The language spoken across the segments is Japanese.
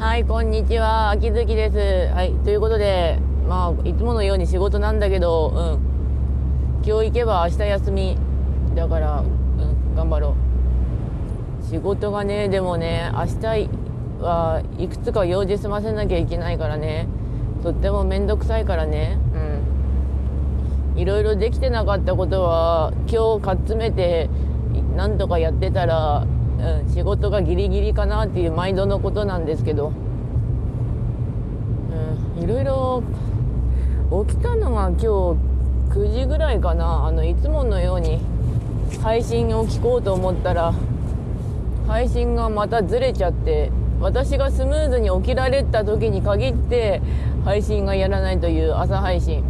はい、こんにちは。秋月です。はい、ということで、いつものように仕事なんだけど、今日行けば明日休み。だから、頑張ろう。仕事がね、でもね、明日はいくつか用事済ませなきゃいけないからね、とってもめんどくさいからね、いろいろできてなかったことは、今日かっつめて、なんとかやってたら、仕事がギリギリかなっていう毎度のことなんですけど、いろいろ起きたのが今日9時ぐらいかな。いつものように配信を聞こうと思ったら配信がまたずれちゃって、私がスムーズに起きられた時に限って配信がやらないという朝配信、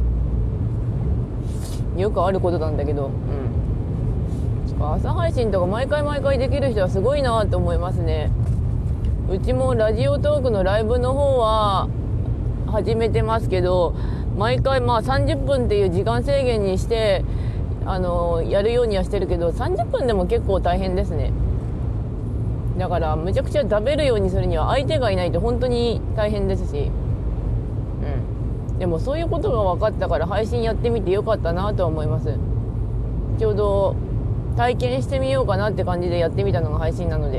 よくあることなんだけど、朝配信とか毎回できる人はすごいなと思いますね。うちもラジオトークのライブの方は始めてますけど、毎回30分っていう時間制限にしてやるようにはしてるけど、30分でも結構大変ですね。だからむちゃくちゃ食べるようにするには相手がいないと本当に大変ですし、でもそういうことが分かったから配信やってみてよかったなとは思います。ちょうど体験してみようかなって感じでやってみたのが配信なので、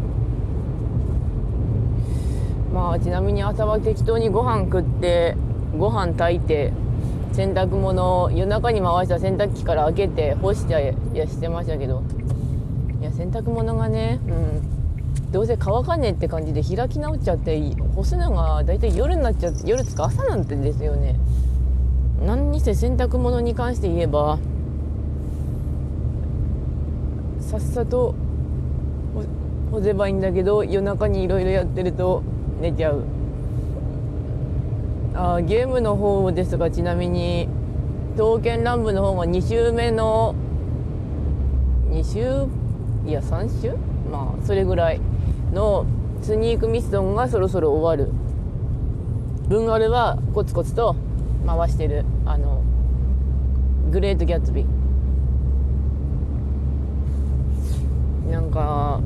ちなみに朝は適当にご飯食ってご飯炊いて洗濯物を夜中に回した洗濯機から開けて干してしてましたけど、洗濯物がね、どうせ乾かねえって感じで開き直っちゃって、干すのがだいたい夜になっちゃって、夜つか朝なんてですよね。何にせ洗濯物に関して言えば、さっさと干せばいいんだけど、夜中にいろいろやってると寝ちゃう。ゲームの方ですが、ちなみに刀剣乱舞の方が2週目の3週、それぐらいのスニークミッションがそろそろ終わる。文アルはコツコツと回してる。グレートギャッツビー、なんか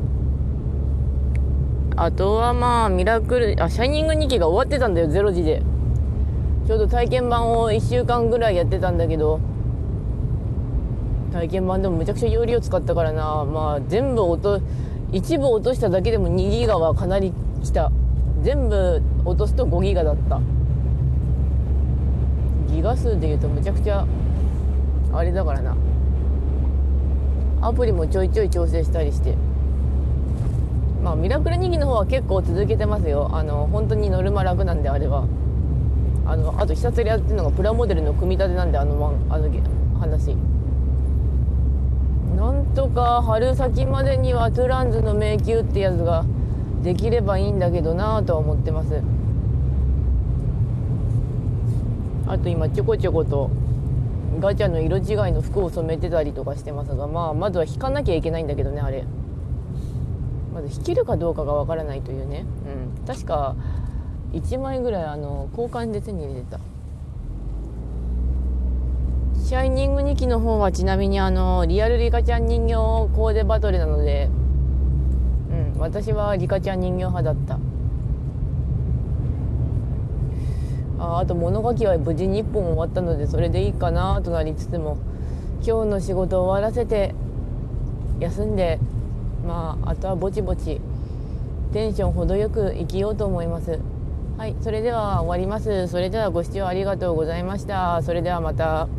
あとはミラクルシャイニング2期が終わってたんだよ、0時で。ちょうど体験版を1週間ぐらいやってたんだけど、体験版でもめちゃくちゃ容量使ったからな。一部落としただけでも2ギガはかなりきた。全部落とすと5ギガだった。ギガ数でいうとめちゃくちゃあれだからな。アプリもちょいちょい調整したりして、ミラクル2期の方は結構続けてますよ。本当にノルマ楽なんで、あれはあとひたすらやってるのがプラモデルの組み立てなんで、話なんとか春先までにはトゥランズの迷宮ってやつができればいいんだけどなとは思ってます。あと今ちょこちょことガチャの色違いの服を染めてたりとかしてますが、まずは引かなきゃいけないんだけどね。あれまず引けるかどうかがわからないというね。確か1枚ぐらい交換で手に入れてた。シャイニング2期の方はちなみにリアルリカちゃん人形コーデバトルなので、私はリカちゃん人形派だった。あと物書きは無事に1本終わったのでそれでいいかなとなりつつも、今日の仕事を終わらせて休んで、あとはぼちぼちテンション程よく生きようと思います。はい、それでは終わります。それではご視聴ありがとうございました。それではまた。